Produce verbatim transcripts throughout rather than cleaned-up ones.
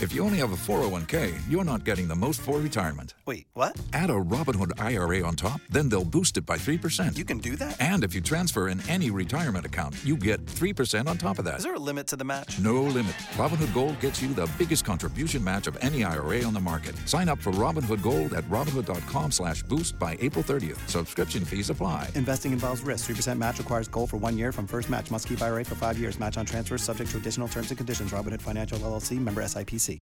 If you only have a four oh one k, you're not getting the most for retirement. Wait, what? Add a Robinhood I R A on top, then they'll boost it by three percent. You can do that? And if you transfer in any retirement account, you get three percent on top of that. Is there a limit to the match? No limit. Robinhood Gold gets you the biggest contribution match of any I R A on the market. Sign up for Robinhood Gold at Robinhood.com slash boost by April thirtieth. Subscription fees apply. Investing involves risk. three percent match requires gold for one year from first match. Must keep I R A for five years. Match on transfers subject to additional terms and conditions. Robinhood Financial L L C, member S I P C.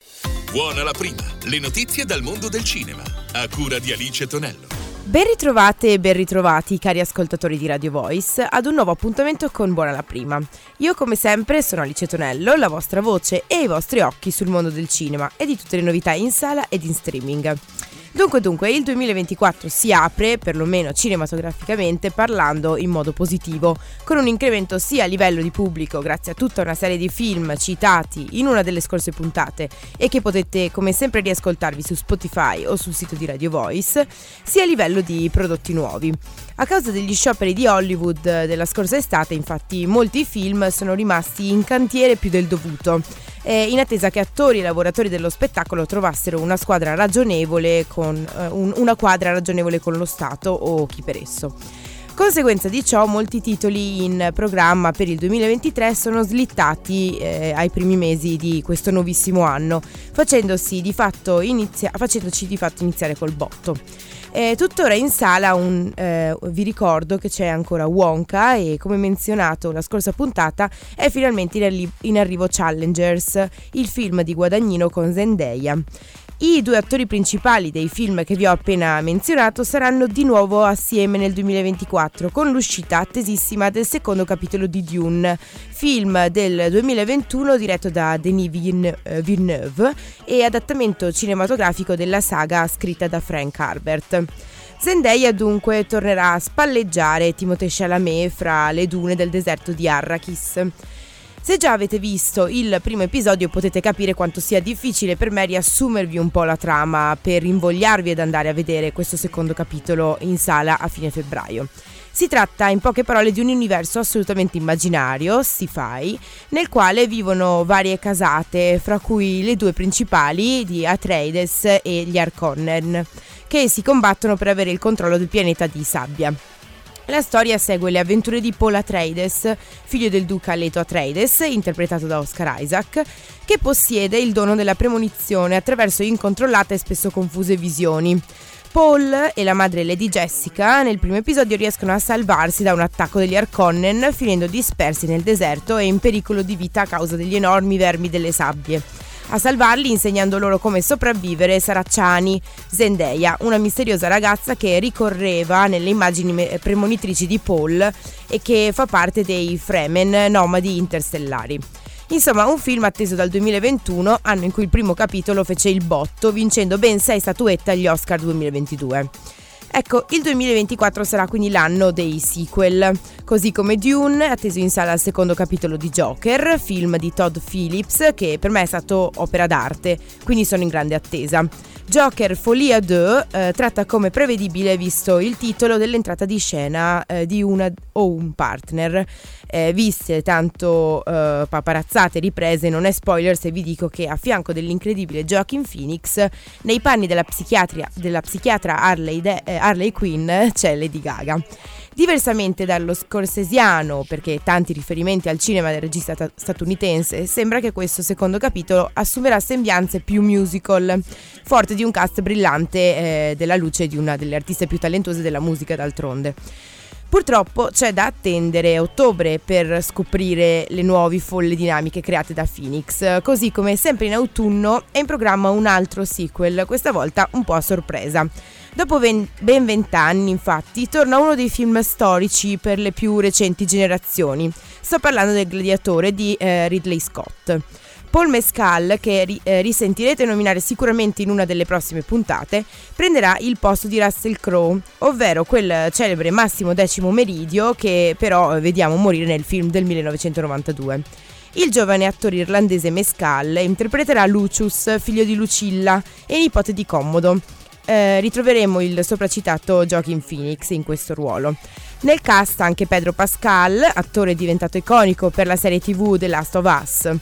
Buona la prima. Le notizie dal mondo del cinema. A cura di Alice Tonello. Ben ritrovate e ben ritrovati, cari ascoltatori di Radio Voice, ad un nuovo appuntamento con Buona la Prima. Io, come sempre, sono Alice Tonello, la vostra voce e i vostri occhi sul mondo del cinema e di tutte le novità in sala ed in streaming. Dunque, dunque, il duemilaventiquattro si apre, perlomeno cinematograficamente, parlando in modo positivo, con un incremento sia a livello di pubblico grazie a tutta una serie di film citati in una delle scorse puntate e che potete come sempre riascoltarvi su Spotify o sul sito di Radio Voice, sia a livello di prodotti nuovi. A causa degli scioperi di Hollywood della scorsa estate, infatti, molti film sono rimasti in cantiere più del dovuto, eh, in attesa che attori e lavoratori dello spettacolo trovassero una squadra ragionevole con eh, un, una quadra ragionevole con lo Stato o chi per esso. Conseguenza di ciò, molti titoli in programma per il duemilaventitré sono slittati eh, ai primi mesi di questo nuovissimo anno, facendosi di fatto inizia- facendoci di fatto iniziare col botto. Eh, tuttora in sala un, eh, vi ricordo che c'è ancora Wonka e, come menzionato la scorsa puntata, è finalmente in, arri- in arrivo Challengers, il film di Guadagnino con Zendaya. I due attori principali dei film che vi ho appena menzionato saranno di nuovo assieme nel duemilaventiquattro con l'uscita attesissima del secondo capitolo di Dune, film del duemilaventuno diretto da Denis Villeneuve e adattamento cinematografico della saga scritta da Frank Herbert. Zendaya dunque tornerà a spalleggiare Timothée Chalamet fra le dune del deserto di Arrakis. Se già avete visto il primo episodio potete capire quanto sia difficile per me riassumervi un po' la trama per invogliarvi ad andare a vedere questo secondo capitolo in sala a fine febbraio. Si tratta in poche parole di un universo assolutamente immaginario, sci-fi, nel quale vivono varie casate, fra cui le due principali di Atreides e gli Harkonnen, che si combattono per avere il controllo del pianeta di sabbia. La storia segue le avventure di Paul Atreides, figlio del duca Leto Atreides, interpretato da Oscar Isaac, che possiede il dono della premonizione attraverso incontrollate e spesso confuse visioni. Paul e la madre Lady Jessica nel primo episodio riescono a salvarsi da un attacco degli Harkonnen, finendo dispersi nel deserto e in pericolo di vita a causa degli enormi vermi delle sabbie. A salvarli, insegnando loro come sopravvivere, sarà Chani, Zendaya, una misteriosa ragazza che ricorreva nelle immagini premonitrici di Paul e che fa parte dei Fremen, nomadi interstellari. Insomma, un film atteso dal duemilaventuno, anno in cui il primo capitolo fece il botto, vincendo ben sei statuette agli Oscar duemilaventidue. Ecco, il duemilaventiquattro sarà quindi l'anno dei sequel, così come Dune, atteso in sala al secondo capitolo di Joker, film di Todd Phillips, che per me è stato opera d'arte, quindi sono in grande attesa. Joker Folie à deux eh, tratta come prevedibile, visto il titolo, dell'entrata di scena eh, di una o un partner. Eh, viste tanto eh, paparazzate riprese, non è spoiler se vi dico che a fianco dell'incredibile Joaquin Phoenix, nei panni della, della psichiatra Harley, De- eh, Harley Quinn c'è Lady Gaga. Diversamente dallo scorsesiano, perché tanti riferimenti al cinema del regista ta- statunitense, sembra che questo secondo capitolo assumerà sembianze più musical, forte di un cast brillante eh, della luce di una delle artiste più talentuose della musica, d'altronde. Purtroppo c'è da attendere ottobre per scoprire le nuove folle dinamiche create da Phoenix, così come sempre in autunno è in programma un altro sequel, questa volta un po' a sorpresa. Dopo ben vent'anni, infatti, torna uno dei film storici per le più recenti generazioni. Sto parlando del Gladiatore di eh, Ridley Scott. Paul Mescal, che ri- eh, risentirete nominare sicuramente in una delle prossime puntate, prenderà il posto di Russell Crowe, ovvero quel celebre Massimo Decimo Meridio che però vediamo morire nel film del millenovecentonovantadue. Il giovane attore irlandese Mescal interpreterà Lucius, figlio di Lucilla e nipote di Commodo. Eh, ritroveremo il sopracitato Joaquin Phoenix in questo ruolo. Nel cast anche Pedro Pascal, attore diventato iconico per la serie tivù The Last of Us.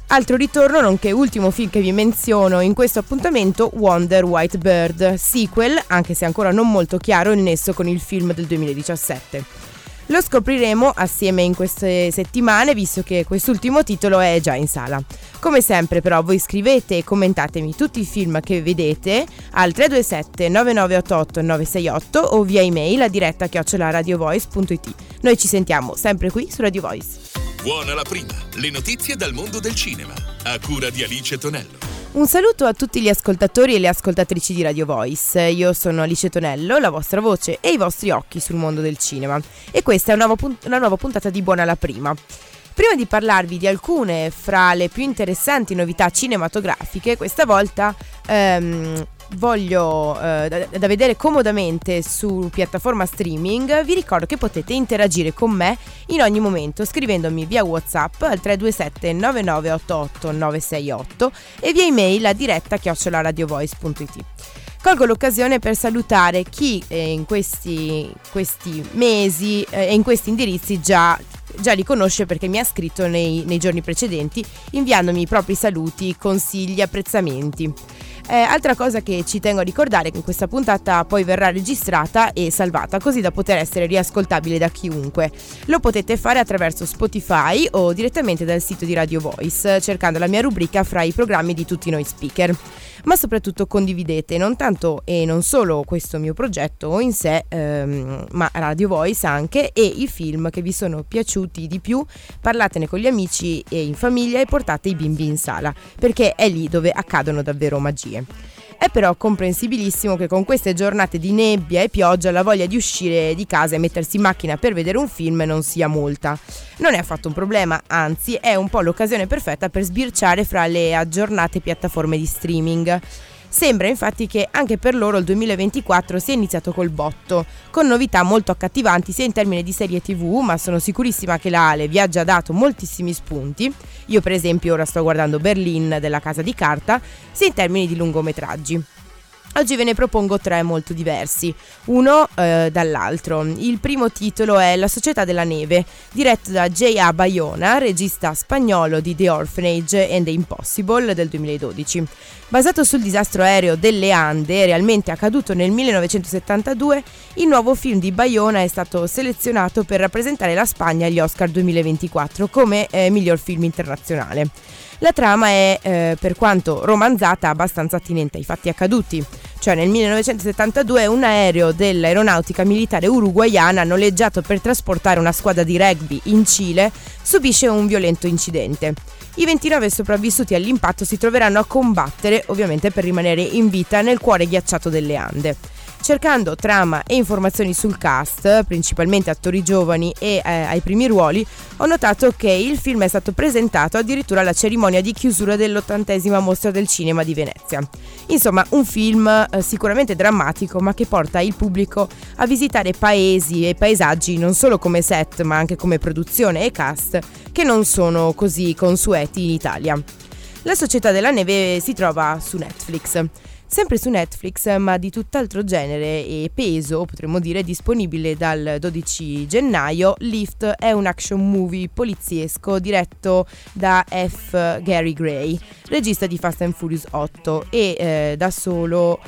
Altro ritorno, nonché ultimo film che vi menziono in questo appuntamento, Wonder White Bird, sequel, anche se ancora non molto chiaro il nesso con il film del duemiladiciassette. Lo scopriremo assieme in queste settimane, visto che quest'ultimo titolo è già in sala. Come sempre però voi scrivete e commentatemi tutti i film che vedete al tre due sette nove nove otto otto nove sei otto o via email a diretta chiocciola radiovoice punto it. Noi ci sentiamo sempre qui su Radio Voice. Buona la prima, le notizie dal mondo del cinema, a cura di Alice Tonello. Un saluto a tutti gli ascoltatori e le ascoltatrici di Radio Voice. Io sono Alice Tonello, la vostra voce e i vostri occhi sul mondo del cinema. E questa è una nuova, punt- una nuova puntata di Buona la prima. Prima di parlarvi di alcune fra le più interessanti novità cinematografiche, questa volta ehm, voglio eh, da, da vedere comodamente su piattaforma streaming, vi ricordo che potete interagire con me in ogni momento scrivendomi via WhatsApp al tre due sette nove nove otto otto nove sei otto e via email a diretta chiocciola radiovoice punto it. Colgo l'occasione per salutare chi eh, in questi, questi mesi e eh, in questi indirizzi già, già li conosce, perché mi ha scritto nei, nei giorni precedenti inviandomi i propri saluti, consigli, apprezzamenti. Eh, altra cosa che ci tengo a ricordare è che questa puntata poi verrà registrata e salvata, così da poter essere riascoltabile da chiunque. Lo potete fare attraverso Spotify o direttamente dal sito di Radio Voice, cercando la mia rubrica fra i programmi di tutti noi speaker. Ma soprattutto condividete non tanto e non solo questo mio progetto in sé, ehm, ma Radio Voice anche, e i film che vi sono piaciuti di più, parlatene con gli amici e in famiglia e portate i bimbi in sala, perché è lì dove accadono davvero magie. È però comprensibilissimo che con queste giornate di nebbia e pioggia la voglia di uscire di casa e mettersi in macchina per vedere un film non sia molta. Non è affatto un problema, anzi è un po' l'occasione perfetta per sbirciare fra le aggiornate piattaforme di streaming. Sembra infatti che anche per loro il duemilaventiquattro sia iniziato col botto, con novità molto accattivanti sia in termini di serie tivù, ma sono sicurissima che la Ale vi ha già dato moltissimi spunti. Io per esempio ora sto guardando Berlin della Casa di Carta, sia in termini di lungometraggi. Oggi ve ne propongo tre molto diversi, uno eh, dall'altro. Il primo titolo è La Società della Neve, diretto da J A. Bayona, regista spagnolo di The Orphanage and the Impossible del duemiladodici. Basato sul disastro aereo delle Ande, realmente accaduto nel millenovecentosettantadue, il nuovo film di Bayona è stato selezionato per rappresentare la Spagna agli Oscar duemilaventiquattro come eh, miglior film internazionale. La trama è, eh, per quanto romanzata, abbastanza attinente ai fatti accaduti. Cioè nel millenovecentosettantadue un aereo dell'aeronautica militare uruguaiana noleggiato per trasportare una squadra di rugby in Cile subisce un violento incidente. I ventinove sopravvissuti all'impatto si troveranno a combattere, ovviamente per rimanere in vita nel cuore ghiacciato delle Ande. Cercando trama e informazioni sul cast, principalmente attori giovani e eh, ai primi ruoli, ho notato che il film è stato presentato addirittura alla cerimonia di chiusura dell'ottantesima Mostra del Cinema di Venezia. Insomma, un film eh, sicuramente drammatico, ma che porta il pubblico a visitare paesi e paesaggi non solo come set, ma anche come produzione e cast, che non sono così consueti in Italia. La Società della Neve si trova su Netflix. Sempre su Netflix, ma di tutt'altro genere e peso, potremmo dire, disponibile dal dodici gennaio, Lift è un action movie poliziesco diretto da F. Gary Gray, regista di Fast and Furious otto, e eh, da solo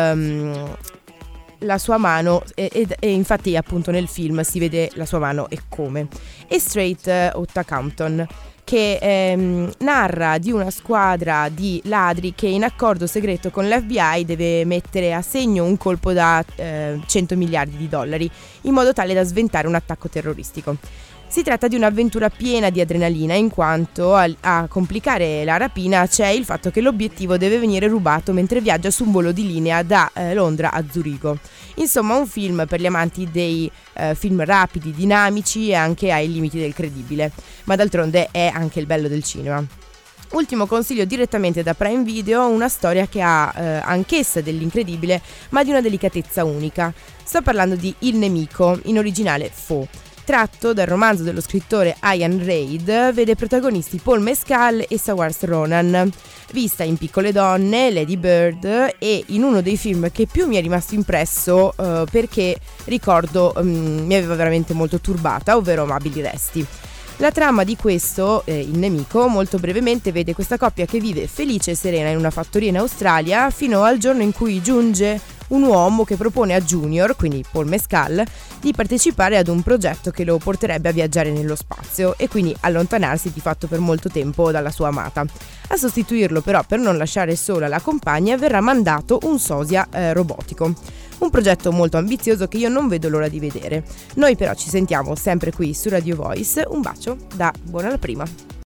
um, la sua mano, e, e, e infatti appunto nel film si vede la sua mano e come. E Straight Outta Compton, che ehm, narra di una squadra di ladri che in accordo segreto con l'F B I deve mettere a segno un colpo da eh, cento miliardi di dollari in modo tale da sventare un attacco terroristico. Si tratta di un'avventura piena di adrenalina, in quanto a, a complicare la rapina c'è il fatto che l'obiettivo deve venire rubato mentre viaggia su un volo di linea da eh, Londra a Zurigo. Insomma, un film per gli amanti dei eh, film rapidi, dinamici e anche ai limiti del credibile, ma d'altronde è anche il bello del cinema. Ultimo consiglio direttamente da Prime Video, una storia che ha eh, anch'essa dell'incredibile, ma di una delicatezza unica. Sto parlando di Il Nemico, in originale Foe. Tratto dal romanzo dello scrittore Ian Reid, vede protagonisti Paul Mescal e Saoirse Ronan, vista in Piccole Donne, Lady Bird e in uno dei film che più mi è rimasto impresso uh, perché ricordo um, mi aveva veramente molto turbata, ovvero Amabili Resti. La trama di questo, eh, Il nemico, molto brevemente vede questa coppia che vive felice e serena in una fattoria in Australia fino al giorno in cui giunge un uomo che propone a Junior, quindi Paul Mescal, di partecipare ad un progetto che lo porterebbe a viaggiare nello spazio e quindi allontanarsi di fatto per molto tempo dalla sua amata. A sostituirlo però, per non lasciare sola la compagna, verrà mandato un sosia eh, robotico. Un progetto molto ambizioso che io non vedo l'ora di vedere. Noi però ci sentiamo sempre qui su Radio Voice. Un bacio da Buona la Prima.